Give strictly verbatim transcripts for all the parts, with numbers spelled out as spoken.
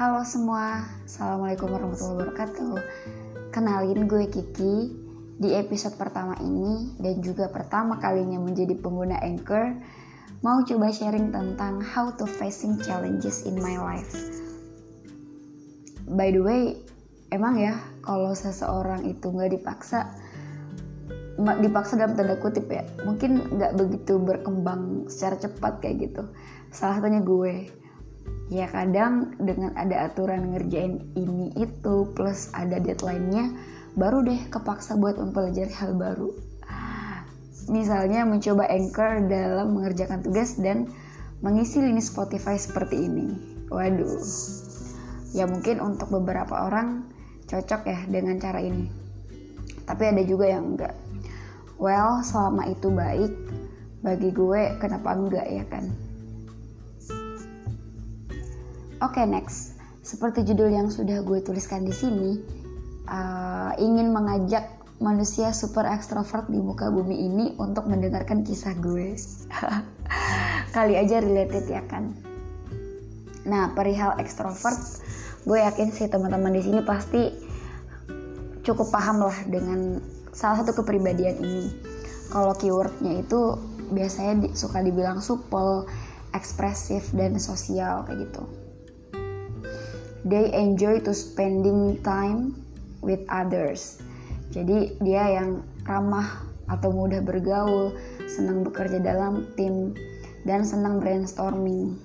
Halo semua, Assalamualaikum warahmatullahi wabarakatuh. Kenalin, gue Kiki. Di episode pertama ini dan juga pertama kalinya menjadi pengguna Anchor, mau coba sharing tentang how to facing challenges in my life. By the way, emang ya kalau seseorang itu gak dipaksa, dipaksa dalam tanda kutip ya, mungkin gak begitu berkembang secara cepat kayak gitu. Salah satunya gue. Ya kadang dengan ada aturan ngerjain ini itu plus ada deadline-nya, baru deh kepaksa buat mempelajari hal baru. Misalnya mencoba Anchor dalam mengerjakan tugas dan mengisi lini Spotify seperti ini. Waduh. Ya mungkin untuk beberapa orang cocok ya dengan cara ini. Tapi ada juga yang enggak. Well, selama itu baik, bagi gue kenapa enggak ya kan? Oke, okay, next. Seperti judul yang sudah gue tuliskan di sini, uh, ingin mengajak manusia super ekstrovert di muka bumi ini untuk mendengarkan kisah gue. Kali aja related ya kan. Nah, perihal ekstrovert, gue yakin sih teman-teman di sini pasti cukup paham lah dengan salah satu kepribadian ini. Kalau keywordnya itu biasanya di, suka dibilang supel, ekspresif, dan sosial kayak gitu. They enjoy to spending time with others. Jadi dia yang ramah atau mudah bergaul, senang bekerja dalam tim, dan senang brainstorming.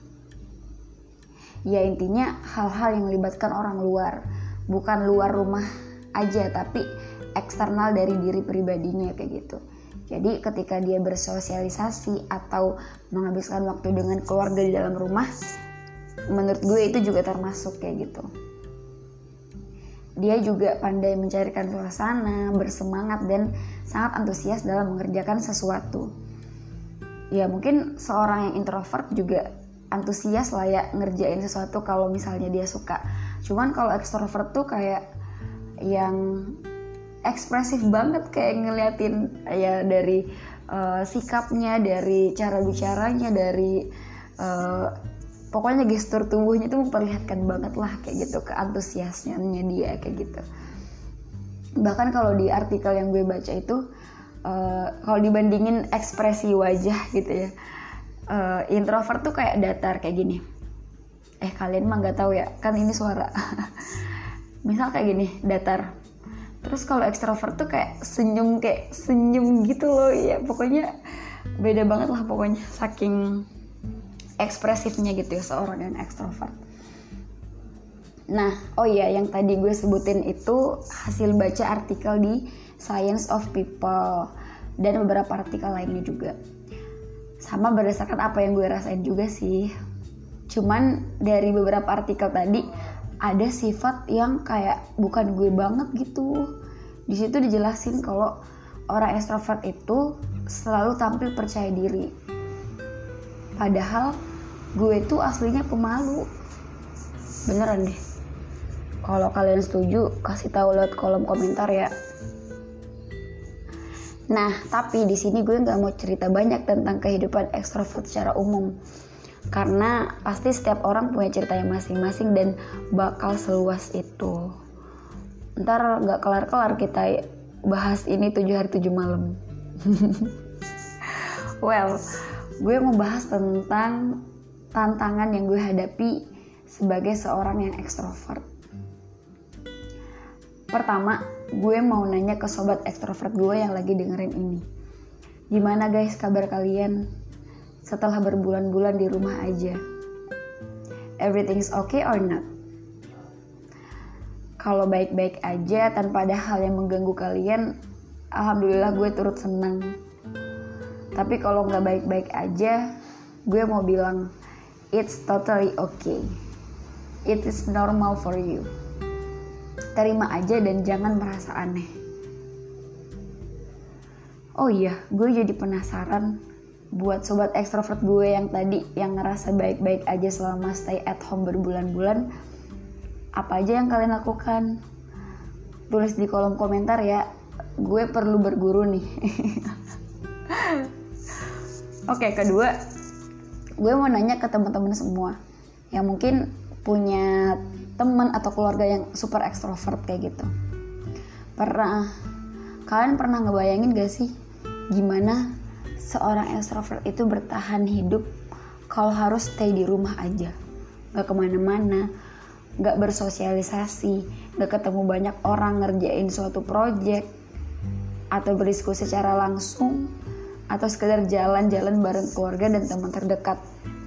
Ya intinya hal-hal yang melibatkan orang luar, bukan luar rumah aja tapi eksternal dari diri pribadinya kayak gitu. Jadi ketika dia bersosialisasi atau menghabiskan waktu dengan keluarga di dalam rumah, menurut gue itu juga termasuk kayak gitu. Dia juga pandai mencarikan suasana, bersemangat dan sangat antusias dalam mengerjakan sesuatu. Ya mungkin seorang yang introvert juga antusias lah ya ngerjain sesuatu kalau misalnya dia suka. Cuman kalau ekstrovert tuh kayak yang ekspresif banget, kayak ngeliatin ya dari uh, sikapnya, dari cara bicaranya, dari uh, pokoknya gestur tubuhnya itu memperlihatkan banget lah kayak gitu keantusiasnya dia kayak gitu. Bahkan kalau di artikel yang gue baca itu uh, kalau dibandingin ekspresi wajah gitu ya, uh, introvert tuh kayak datar kayak gini. Eh kalian mah nggak tahu ya kan ini suara. Misal kayak gini datar. Terus kalau ekstrovert tuh kayak senyum kayak senyum gitu loh ya. Pokoknya beda banget lah pokoknya saking ekspresifnya gitu ya seorang yang ekstrovert. Nah, oh iya yang tadi gue sebutin itu hasil baca artikel di Science of People dan beberapa artikel lainnya juga. Sama berdasarkan apa yang gue rasain juga sih. Cuman dari beberapa artikel tadi ada sifat yang kayak bukan gue banget gitu. Di situ dijelasin kalau orang ekstrovert itu selalu tampil percaya diri. Padahal gue tuh aslinya pemalu. Beneran deh. Kalau kalian setuju, kasih tahu lewat kolom komentar ya. Nah, tapi di sini gue nggak mau cerita banyak tentang kehidupan ekstrovert secara umum, karena pasti setiap orang punya ceritanya masing-masing dan bakal seluas itu. Ntar nggak kelar-kelar kita bahas ini tujuh hari tujuh malam. Well, gue mau bahas tentang tantangan yang gue hadapi sebagai seorang yang ekstrovert. Pertama, gue mau nanya ke sobat ekstrovert gue yang lagi dengerin ini. Gimana guys kabar kalian setelah berbulan-bulan di rumah aja? Everything's okay or not? Kalau baik-baik aja tanpa ada hal yang mengganggu kalian, alhamdulillah gue turut senang. Tapi kalau nggak baik-baik aja, gue mau bilang it's totally okay. It is normal for you. Terima aja dan jangan merasa aneh. Oh iya, gue jadi penasaran buat sobat ekstrovert gue yang tadi yang ngerasa baik-baik aja selama stay at home berbulan-bulan. Apa aja yang kalian lakukan? Tulis di kolom komentar ya. Gue perlu berguru nih. Oke, kedua, gue mau nanya ke teman-teman semua yang mungkin punya teman atau keluarga yang super ekstrovert kayak gitu. Pernah kalian pernah ngebayangin gak sih gimana seorang ekstrovert itu bertahan hidup kalau harus stay di rumah aja, gak kemana-mana, gak bersosialisasi, gak ketemu banyak orang, ngerjain suatu project atau berdiskusi secara langsung, atau sekedar jalan-jalan bareng keluarga dan teman terdekat.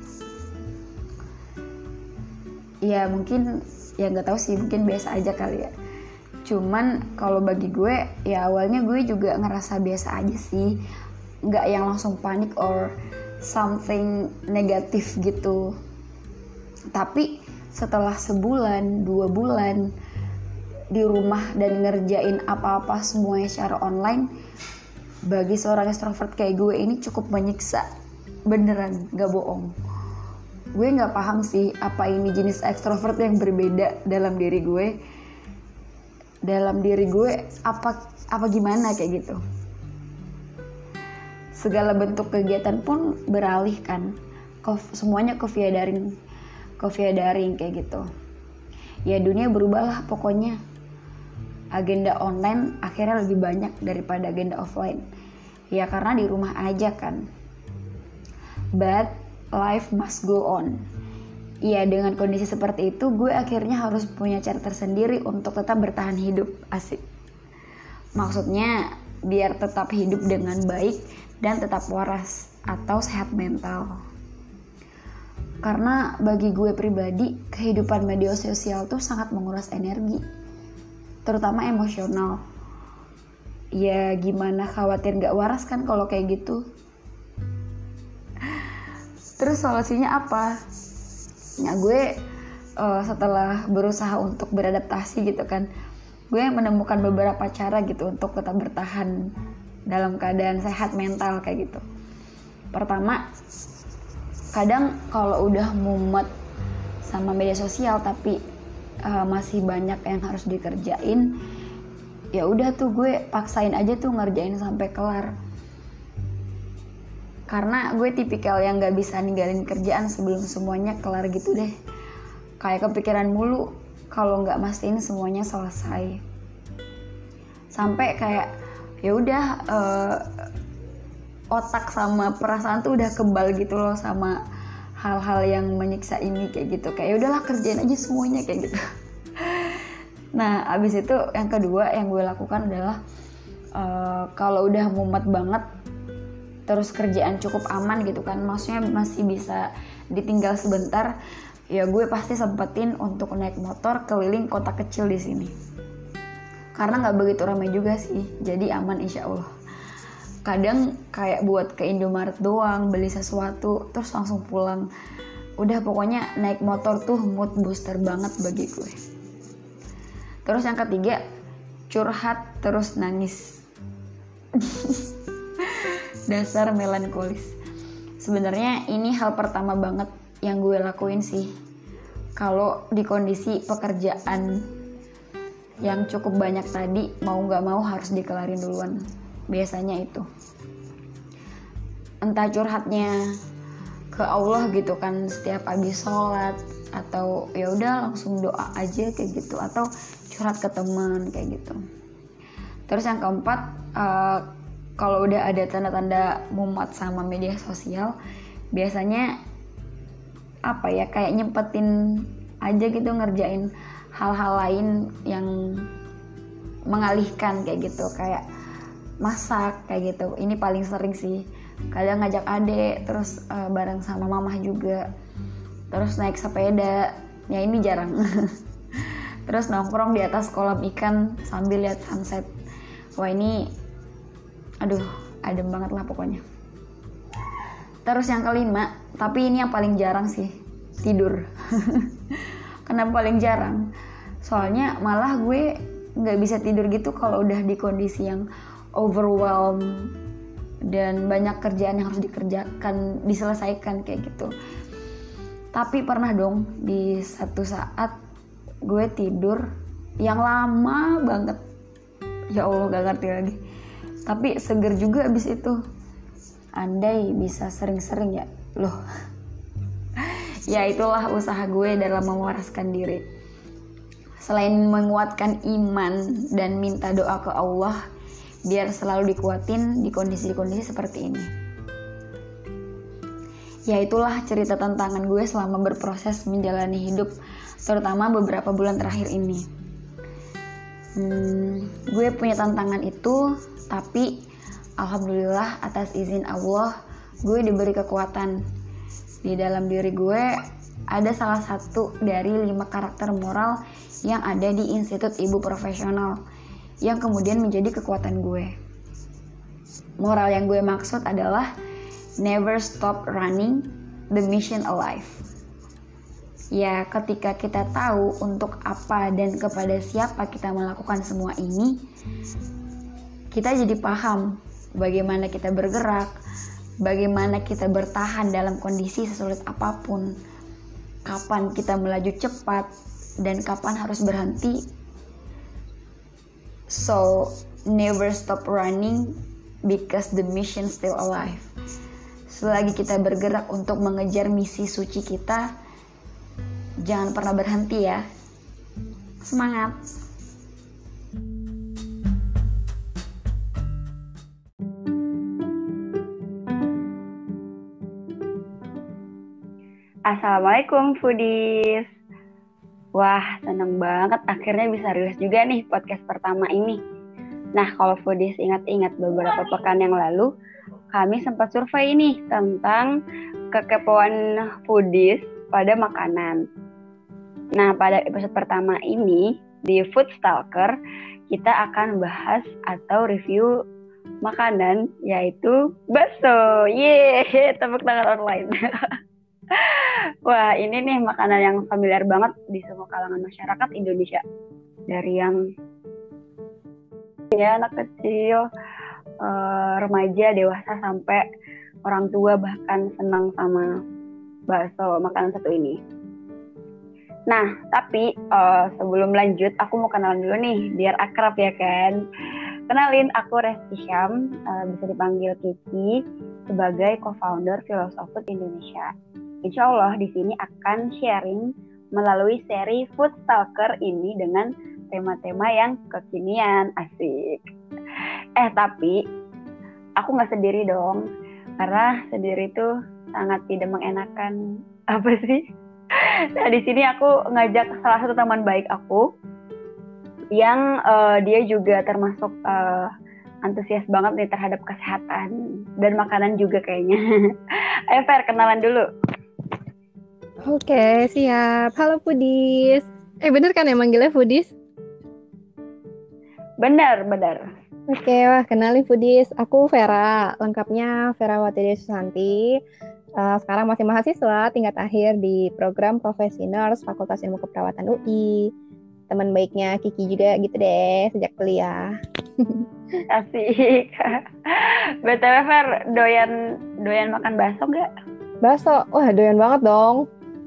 Ya mungkin, ya nggak tahu sih, mungkin biasa aja kali ya. Cuman kalau bagi gue, ya awalnya gue juga ngerasa biasa aja sih, nggak yang langsung panik or something negatif gitu. Tapi setelah sebulan, dua bulan di rumah dan ngerjain apa-apa semuanya secara online, bagi seorang extrovert kayak gue ini cukup menyiksa, beneran, gak bohong. Gue gak paham sih apa ini jenis extrovert yang berbeda dalam diri gue. Dalam diri gue apa apa gimana kayak gitu. Segala bentuk kegiatan pun beralih kan, semuanya ke via daring, ke via daring kayak gitu. Ya dunia berubah lah pokoknya. Agenda online akhirnya lebih banyak daripada agenda offline. Ya karena di rumah aja kan. But life must go on. Ya dengan kondisi seperti itu, gue akhirnya harus punya cara tersendiri untuk tetap bertahan hidup. Asik. Maksudnya biar tetap hidup dengan baik dan tetap waras atau sehat mental. Karena bagi gue pribadi, kehidupan media sosial tuh sangat menguras energi, terutama emosional. Ya gimana khawatir gak waras kan kalau kayak gitu. Terus solusinya apa? Nah gue uh, setelah berusaha untuk beradaptasi gitu kan, gue menemukan beberapa cara gitu untuk tetap bertahan dalam keadaan sehat mental kayak gitu. Pertama, kadang kalau udah mumet sama media sosial tapi uh, masih banyak yang harus dikerjain, ya udah tuh gue paksain aja tuh ngerjain sampai kelar. Karena gue tipikal yang gak bisa ninggalin kerjaan sebelum semuanya kelar gitu deh. Kayak kepikiran mulu kalau gak mastiin semuanya selesai. Sampai kayak ya udah uh, otak sama perasaan tuh udah kebal gitu loh sama hal-hal yang menyiksa ini kayak gitu. Kayak udahlah kerjain aja semuanya kayak gitu. Nah abis itu yang kedua yang gue lakukan adalah uh, kalau udah mumet banget terus kerjaan cukup aman gitu kan, maksudnya masih bisa ditinggal sebentar, ya gue pasti sempetin untuk naik motor keliling kota kecil di sini. Karena nggak begitu ramai juga sih, jadi aman insya Allah. Kadang kayak buat ke Indomaret doang, beli sesuatu, terus langsung pulang. Udah pokoknya naik motor tuh mood booster banget bagi gue. Terus yang ketiga, curhat terus nangis. Dasar melankolis. Sebenarnya ini hal pertama banget yang gue lakuin sih. Kalau di kondisi pekerjaan yang cukup banyak tadi, mau gak mau harus dikelarin duluan. Biasanya itu. Entah curhatnya ke Allah gitu kan setiap habis sholat, atau ya udah langsung doa aja kayak gitu, atau curhat ke teman kayak gitu. Terus yang keempat, uh, kalau udah ada tanda-tanda mumet sama media sosial, biasanya apa ya, kayak nyempetin aja gitu ngerjain hal-hal lain yang mengalihkan kayak gitu, kayak masak kayak gitu. Ini paling sering sih. Kadang ngajak adek, terus uh, bareng sama mamah juga, terus naik sepeda. Ya ini jarang. Terus nongkrong di atas kolam ikan sambil lihat sunset. Wah ini aduh, adem banget lah pokoknya. Terus yang kelima, tapi ini yang paling jarang sih, tidur. Kenapa paling jarang? Soalnya malah gue gak bisa tidur gitu kalau udah di kondisi yang overwhelmed dan banyak kerjaan yang harus dikerjakan, diselesaikan kayak gitu. Tapi pernah dong di satu saat gue tidur yang lama banget. Ya Allah gak ngerti lagi. Tapi seger juga abis itu. Andai bisa sering-sering ya. Loh. Ya itulah usaha gue dalam mewaraskan diri. Selain menguatkan iman dan minta doa ke Allah biar selalu dikuatin di kondisi-kondisi seperti ini. Ya itulah cerita tantangan gue selama berproses menjalani hidup, terutama beberapa bulan terakhir ini. Hmm, gue punya tantangan itu, tapi alhamdulillah atas izin Allah gue diberi kekuatan. Di dalam diri gue ada salah satu dari lima karakter moral yang ada di Institut Ibu Profesional yang kemudian menjadi kekuatan gue. Moral yang gue maksud adalah never stop running the mission alive. Ya, ketika kita tahu untuk apa dan kepada siapa kita melakukan semua ini, kita jadi paham bagaimana kita bergerak, bagaimana kita bertahan dalam kondisi sesulit apapun, kapan kita melaju cepat, dan kapan harus berhenti. So, never stop running because the mission still alive. Selagi kita bergerak untuk mengejar misi suci kita, jangan pernah berhenti ya. Semangat! Assalamualaikum Foodies. Wah, seneng banget akhirnya bisa rilis juga nih podcast pertama ini. Nah, kalau Foodies ingat-ingat beberapa pekan yang lalu, kami sempat survei nih tentang kekepoan Foodies pada makanan. Nah, pada episode pertama ini di Food Stalker, kita akan bahas atau review makanan yaitu bakso. Yeay, tepuk tangan online. Wah, ini nih makanan yang familiar banget di semua kalangan masyarakat Indonesia. Dari yang ya anak kecil, uh, remaja, dewasa, sampai orang tua bahkan senang sama bakso, makanan satu ini. Nah, tapi uh, sebelum lanjut, aku mau kenalan dulu nih, biar akrab ya kan. Kenalin, aku Resti Syam, uh, bisa dipanggil Kiki, sebagai co-founder Filosofood Indonesia. Insya Allah di sini akan sharing melalui seri Food Stalker ini dengan tema-tema yang kekinian, asik. Eh tapi aku nggak sendiri dong, karena sendiri tuh sangat tidak mengenakan. Apa sih? Nah di sini aku ngajak salah satu teman baik aku yang uh, dia juga termasuk uh, antusias banget nih terhadap kesehatan dan makanan juga kayaknya. Ayo Fer, kenalan dulu. Oke, siap. Halo Foodies. Eh, bener kan ya manggilnya Foodies? Bener, bener. Oke, wah kenalin Foodies. Aku Vera, lengkapnya Vera Watide Susanti. Uh, sekarang masih mahasiswa tingkat akhir di program Profesi Nurse Fakultas Ilmu Keperawatan U I. Teman baiknya Kiki juga gitu deh, sejak kuliah. Asik. B T W Ver, doyan, doyan makan bakso gak? Bakso? Wah, doyan banget dong.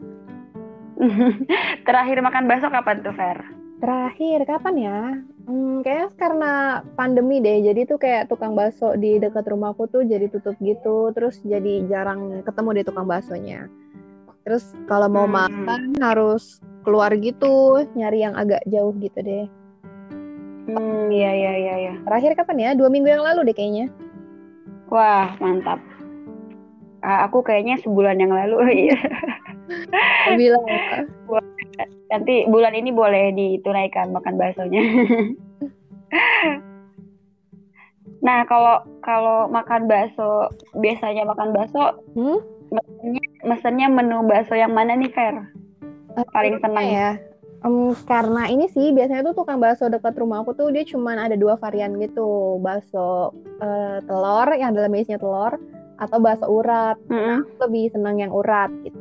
Terakhir makan bakso kapan tuh Fer? Terakhir kapan ya? Hmm, kayaknya karena pandemi deh. Jadi tuh kayak tukang bakso di dekat rumahku tuh jadi tutup gitu. Terus jadi jarang ketemu deh tukang baksonya. Terus kalau mau hmm. makan harus keluar gitu, nyari yang agak jauh gitu deh. Hmm, iya iya iya iya. Terakhir kapan ya? Dua minggu yang lalu deh kayaknya. Wah, mantap. Uh, aku kayaknya sebulan yang lalu ya. Bilang nanti bulan ini boleh ditunaikan makan baksonya. Nah kalau kalau makan bakso, biasanya makan bakso, hmm? mesennya, mesennya menu bakso yang mana nih Fer? Paling senang ya. Um, karena ini sih biasanya tuh tukang bakso dekat rumah aku tuh dia cuma ada dua varian gitu, bakso uh, telur yang dalamnya isinya telur atau bakso urat. Mm-hmm. Aku lebih senang yang urat gitu.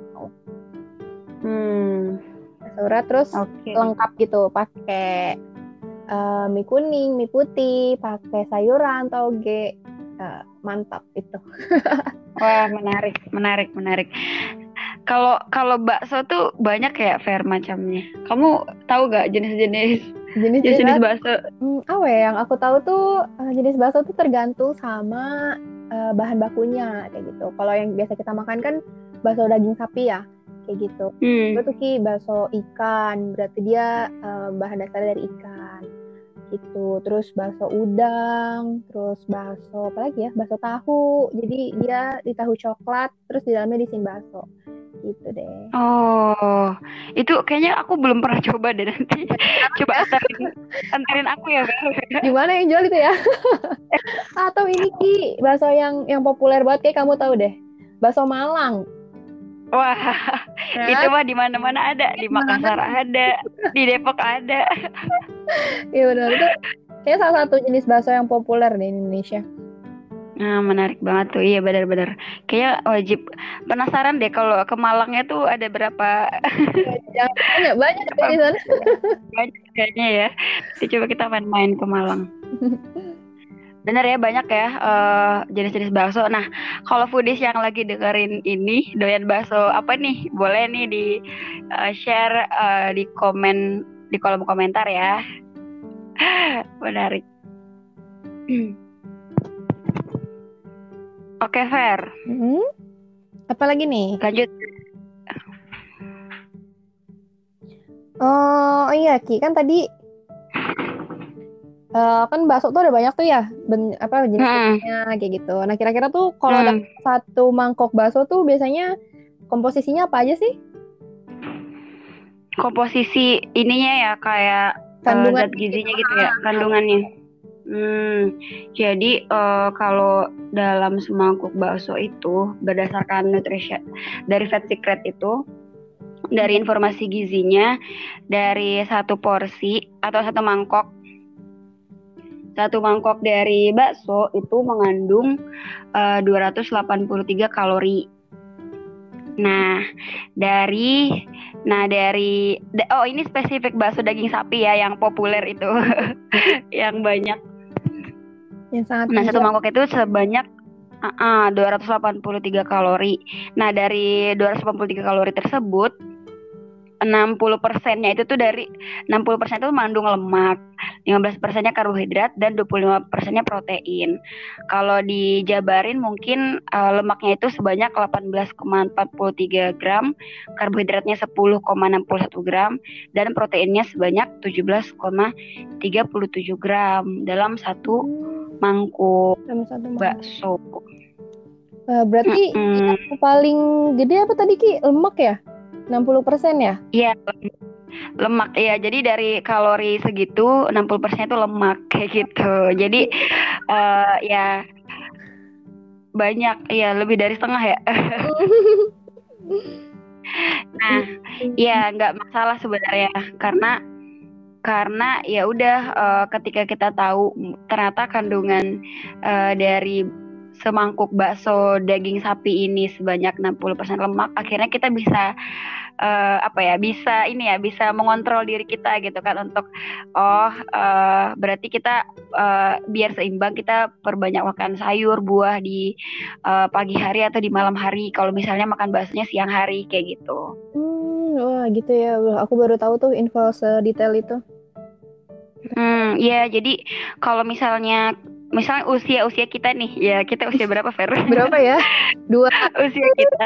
Hmm. Urat terus okay. Lengkap gitu, pakai uh, mie kuning, mie putih, pakai sayuran, toge, uh, mantap itu. Wah menarik, menarik, menarik. Kalau kalau bakso tuh banyak ya Fer macamnya. Kamu tahu gak jenis-jenis jenis-jenis, jenis bakso? Hmm, apa ya yang aku tahu tuh uh, jenis bakso tuh tergantung sama uh, bahan bakunya kayak gitu. Kalau yang biasa kita makan kan bakso daging sapi ya. kayak gitu. Hmm. Itu tuh Ki bakso ikan, berarti dia uh, bahan dasarnya dari ikan gitu. Terus bakso udang, terus bakso apa lagi ya, bakso tahu, jadi dia di tahu coklat, terus di dalamnya disin bakso gitu deh. Oh, itu kayaknya aku belum pernah coba deh, nanti coba anterin, anterin aku ya, Fer. Di mana yang jual itu ya? Atau ini Ki, bakso yang yang populer banget kayak kamu tahu deh. Bakso Malang. Wah, Nah, itu mah di mana-mana ada, di Makassar ada, di Depok ada. iya benar, itu kayak salah satu jenis bakso yang populer di Indonesia. Nah, menarik banget tuh. Iya, benar-benar. Kayak wajib, penasaran deh kalau ke Malangnya tuh ada berapa Jangan banyak banyak di sana. banyak kayaknya ya. Jadi coba kita main-main ke Malang. Bener ya, banyak ya uh, jenis-jenis bakso. Nah, kalau foodies yang lagi dengerin ini doyan bakso apa nih? Boleh nih di uh, share uh, di komen di kolom komentar ya. Menarik. Oke, Fer. Hmm? Apa lagi nih? Lanjut. Oh, oh iya Ki, kan tadi uh, kan bakso tuh ada banyak tuh ya, ben, apa jenisnya hmm. kayak gitu. Nah kira-kira tuh kalau hmm. ada satu mangkok bakso tuh biasanya komposisinya apa aja sih? Komposisi ininya ya kayak kandungan uh, zat gizinya gitu, gitu ya, kandungannya. Hmm, jadi uh, kalau dalam semangkuk bakso itu berdasarkan nutrition dari Fat Secret itu, dari informasi gizinya, dari satu porsi atau satu mangkok satu mangkok dari bakso itu mengandung uh, dua ratus delapan puluh tiga kalori. Nah, dari nah dari oh ini spesifik bakso daging sapi ya yang populer itu. Yang banyak. Yang sangat nah, satu mangkok itu sebanyak uh, uh, dua ratus delapan puluh tiga kalori. Nah, dari dua ratus delapan puluh tiga kalori tersebut enam puluh persennya itu tuh dari enam puluh persen itu mengandung lemak, lima belas persennya karbohidrat, dan dua puluh lima persennya protein. Kalau dijabarin mungkin uh, lemaknya itu sebanyak delapan belas koma empat puluh tiga gram, karbohidratnya sepuluh koma enam puluh satu gram, dan proteinnya sebanyak tujuh belas koma tiga puluh tujuh gram dalam satu mangkuk dalam satu mangkuk bakso. Uh, berarti mm-hmm. yang paling gede apa tadi Ki? Lemak ya? enam puluh persen ya? Iya, lemak. Iya, jadi dari kalori segitu enam puluh persen itu lemak kayak gitu. Jadi uh, ya banyak, ya lebih dari setengah ya. Nah, ya nggak masalah sebenarnya karena karena ya udah uh, ketika kita tahu ternyata kandungan uh, dari semangkuk bakso daging sapi ini sebanyak enam puluh persen lemak, akhirnya kita bisa uh, apa ya bisa ini ya bisa mengontrol diri kita gitu kan untuk oh uh, berarti kita uh, biar seimbang kita perbanyak makan sayur buah di uh, pagi hari atau di malam hari, kalau misalnya makan baksonya siang hari kayak gitu. Hmm, wah gitu ya, aku baru tahu tuh info sedetail itu. Hmm, ya jadi kalau misalnya misalnya usia-usia kita nih, ya kita usia berapa, Fer? Berapa ya? Dua. Usia kita.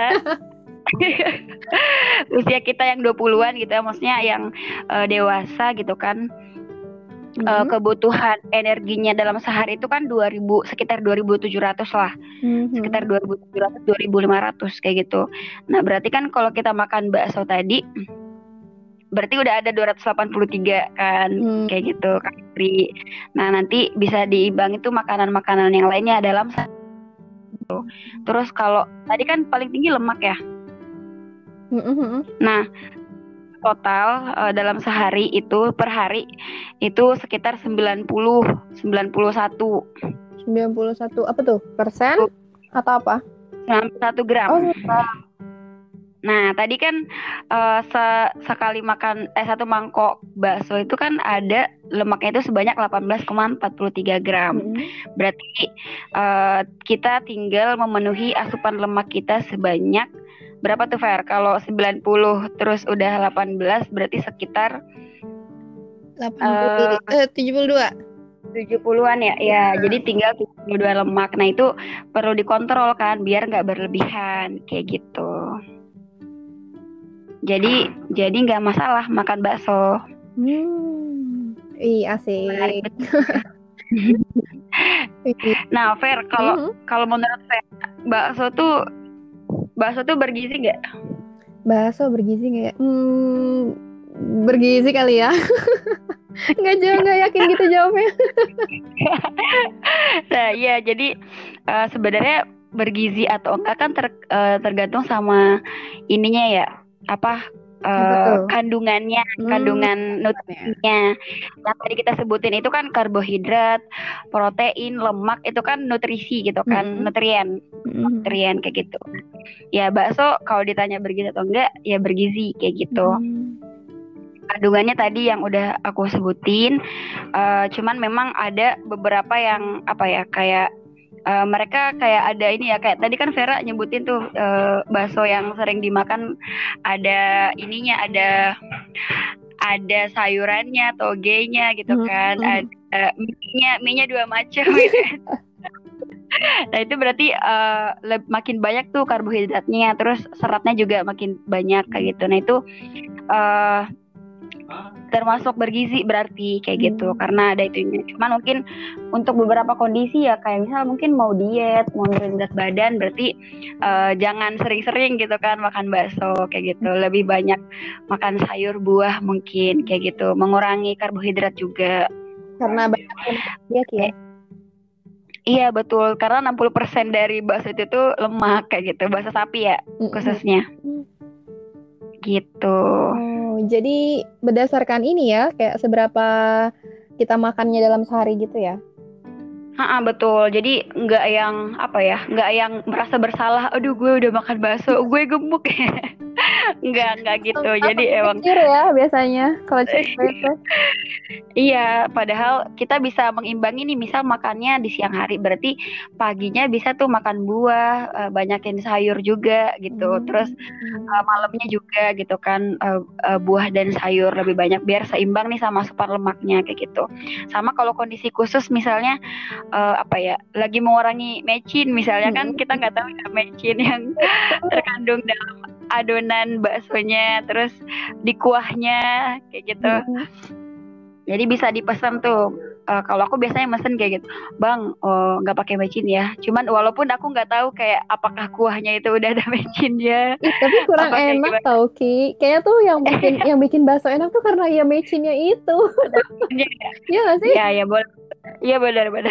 Usia kita yang dua puluhan gitu ya, maksudnya yang uh, dewasa gitu kan. Mm-hmm. Uh, kebutuhan energinya dalam sehari itu kan dua ribu sekitar dua ribu tujuh ratus lah. Mm-hmm. Sekitar dua ribu tujuh ratus dua ribu lima ratus kayak gitu. Nah, berarti kan kalau kita makan bakso tadi berarti udah ada dua ratus delapan puluh tiga kan, hmm. kayak gitu kalori. Nah nanti bisa diimbang itu makanan-makanan yang lainnya dalam satu. Terus kalau tadi kan paling tinggi lemak ya. Hmm. Nah total uh, dalam sehari itu per hari itu sekitar sembilan puluh sembilan puluh satu sembilan puluh satu apa tuh persen atau apa? sembilan puluh satu gram. Oh, nah, tadi kan uh, se- sekali makan eh satu mangkok bakso itu kan ada lemaknya itu sebanyak delapan belas koma empat puluh tiga gram. Hmm. Berarti uh, kita tinggal memenuhi asupan lemak kita sebanyak berapa tuh, Fer? Kalau sembilan puluh terus udah delapan belas berarti sekitar delapan puluh, uh, eh, tujuh puluh dua tujuh puluhan ya. Ya, hmm. Jadi tinggal tujuh puluh dua lemak. Nah, itu perlu dikontrol kan biar enggak berlebihan kayak gitu. Jadi jadi nggak masalah makan bakso. Hmm. Ih, Menarik asik. betul. Nah, Fer, kalau Mhm. kalau menurut Fer, bakso tuh bakso tuh bergizi nggak? Bakso bergizi nggak ya? Hmm, bergizi kali ya. Nggak jauh, nggak yakin gitu jawabnya. Nah, iya, jadi eh, sebenarnya bergizi atau enggak kan ter- eh, tergantung sama ininya ya, apa Apa eh, tuh? kandungannya, Hmm, kandungan ya. nutrisinya. Yang tadi kita sebutin itu kan karbohidrat, protein, lemak itu kan nutrisi gitu kan, Mm-mm. nutrien, Mm-mm. nutrien kayak gitu. Ya bakso kalau ditanya bergizi atau enggak, ya bergizi kayak gitu. Mm. Kandungannya tadi yang udah aku sebutin, eh, cuman memang ada beberapa yang apa ya kayak eh, mereka kayak ada ini ya kayak tadi kan Vera nyebutin tuh eh, bakso yang sering dimakan ada ininya ada ada sayurannya togenya gitu kan Mm-mm. ada mie-nya mie-nya dua macam gitu kan. Nah itu berarti eh, leb- makin banyak tuh karbohidratnya terus seratnya juga makin banyak kayak gitu. Nah itu eh, termasuk bergizi berarti kayak gitu Hmm. karena ada itunya. Cuman mungkin untuk beberapa kondisi ya kayak misal mungkin mau diet, mau nurunin berat badan berarti eh, jangan sering-sering gitu kan makan bakso kayak gitu. Lebih banyak makan sayur buah mungkin kayak gitu, mengurangi karbohidrat juga. Karena banyak lemak ya, Ki ya. Eh, iya betul karena enam puluh persen dari bakso itu tuh lemak kayak gitu, bakso sapi ya Mm-mm. khususnya gitu. Oh, jadi berdasarkan ini ya, kayak seberapa kita makannya dalam sehari gitu ya. Ha betul. Jadi nggak yang apa ya, nggak yang merasa bersalah. Aduh, gue udah makan bakso, gue gemuk. nggak nggak gitu. Apa Jadi emang mikir ya biasanya kalau cewek itu. iya. Padahal kita bisa mengimbangi nih. Misal makannya di siang hari, berarti paginya bisa tuh makan buah, eh, banyakin sayur juga gitu. Terus uh, malamnya juga gitu kan uh, uh, buah dan sayur lebih banyak biar seimbang nih sama asupan lemaknya kayak gitu. Sama kalau kondisi khusus misalnya uh, apa ya lagi mengurangi mecin misalnya kan kita nggak tahu ya mecin yang terkandung dalam adonan baksonya terus di kuahnya kayak gitu. Jadi bisa dipesan tuh. Uh, kalau aku biasanya mesen kayak gitu, bang, oh nggak pakai mecin ya. Cuman walaupun aku nggak tahu kayak apakah kuahnya itu udah ada mecinnya, Ih, tapi kurang apa kayak enak gimana. tau Ki. Kayaknya tuh yang bikin yang bikin bakso enak tuh karena ya mecinnya itu. Ada mecinnya ya. Iya gak sih? Iya ya boleh. Iya benar-benar.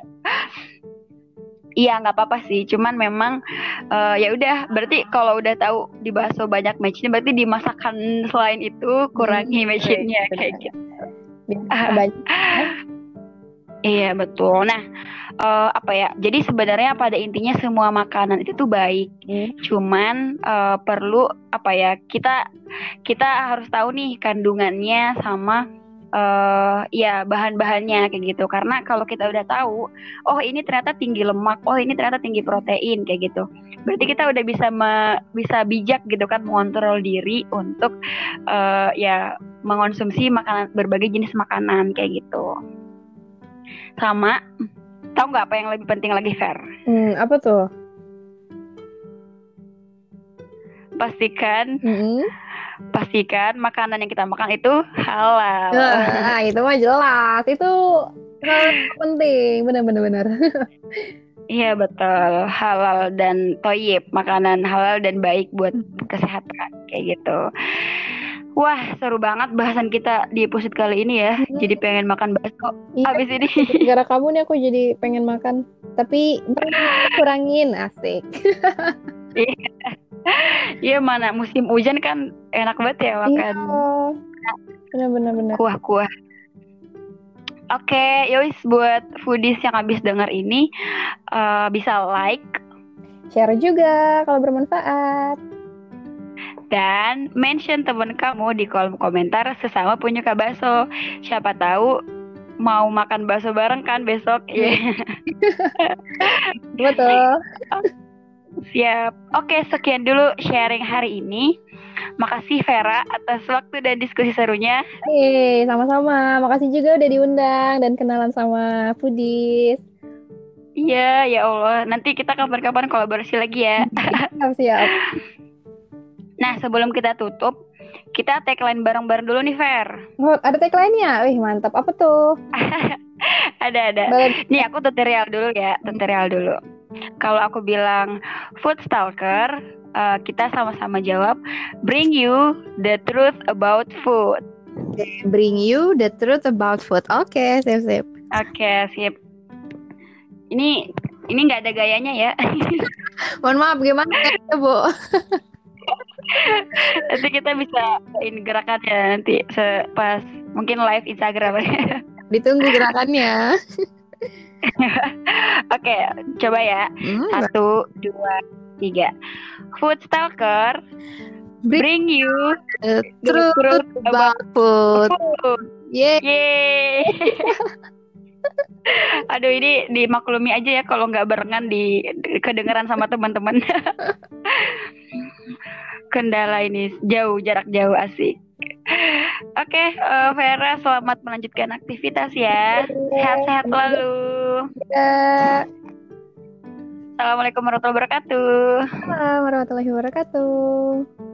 Iya nggak apa-apa sih. Cuman memang uh, ya udah. Berarti kalau udah tahu di bakso banyak mecinnya, berarti di masakan selain itu kurangi Hmm, mecinnya kayak benar. gitu. Biar kebanyakan. Iya betul. Nah, uh, apa ya? Jadi sebenarnya pada intinya semua makanan itu tuh baik. Hmm. Cuman uh, perlu apa ya? Kita kita harus tahu nih kandungannya sama uh, ya bahan-bahannya kayak gitu. Karena kalau kita udah tahu, oh ini ternyata tinggi lemak, oh ini ternyata tinggi protein kayak gitu. Berarti kita udah bisa me, bisa bijak gitu kan mengontrol diri untuk uh, ya mengonsumsi makanan berbagai jenis makanan kayak gitu. Sama, tahu nggak apa yang lebih penting lagi, Fer? Hmm, apa tuh? Pastikan, Mm-hmm. pastikan makanan yang kita makan itu halal. Nah, itu mah jelas. Itu hal yang penting. Benar-benar benar. Iya betul, halal dan toyib, makanan halal dan baik buat kesehatan kayak gitu. Wah, seru banget bahasan kita di episode kali ini ya. Hmm. Jadi pengen makan bakso Iya, abis ini. gara-gara kamu nih aku jadi pengen makan. Tapi kurangin, asik. Iya mana musim hujan kan enak banget ya makan. Iya, benar-benar benar. Kuah-kuah. Oke, yowis buat foodies yang habis dengar ini uh, bisa like, share juga kalau bermanfaat. Dan mention teman kamu di kolom komentar sesama penyuka bakso. Siapa tahu mau makan bakso bareng kan besok. Yeah. Betul. Siap. Oke, sekian dulu sharing hari ini. Makasih Vera atas waktu dan diskusi serunya. Hei, sama-sama. Makasih juga udah diundang dan kenalan sama foodies. Iya, ya Allah. Nanti kita kapan-kapan kolaborasi lagi ya. Siap, siap. Nah, sebelum kita tutup, kita tagline bareng-bareng dulu nih, Fer. Oh, ada tagline-nya? Wih, mantap. Apa tuh? Ada, ada. Boleh. Nih, aku tutorial dulu ya, tutorial dulu. Kalau aku bilang food stalker, uh, kita sama-sama jawab, bring you the truth about food. Bring you the truth about food. Oke, okay, sip-sip. Oke, okay, sip. Ini ini nggak ada gayanya ya. Mohon maaf, gimana ya, Bu? Nanti kita bisa ini gerakannya nanti pas mungkin live Instagram. Ditunggu gerakannya. Oke, okay, coba ya. Hmm, Satu, dua, tiga. Food stalker, bring, bring you the truth, truth about, about food. food. Yeay. Yeay. Aduh, ini dimaklumi aja ya kalau nggak barengan di kedengeran sama teman-teman. Kendala ini jauh, jarak jauh, asik. Oke, okay, uh, Vera, selamat melanjutkan aktivitas ya. Sehat-sehat selalu. Ya. Assalamualaikum warahmatullahi wabarakatuh. Assalamualaikum warahmatullahi wabarakatuh.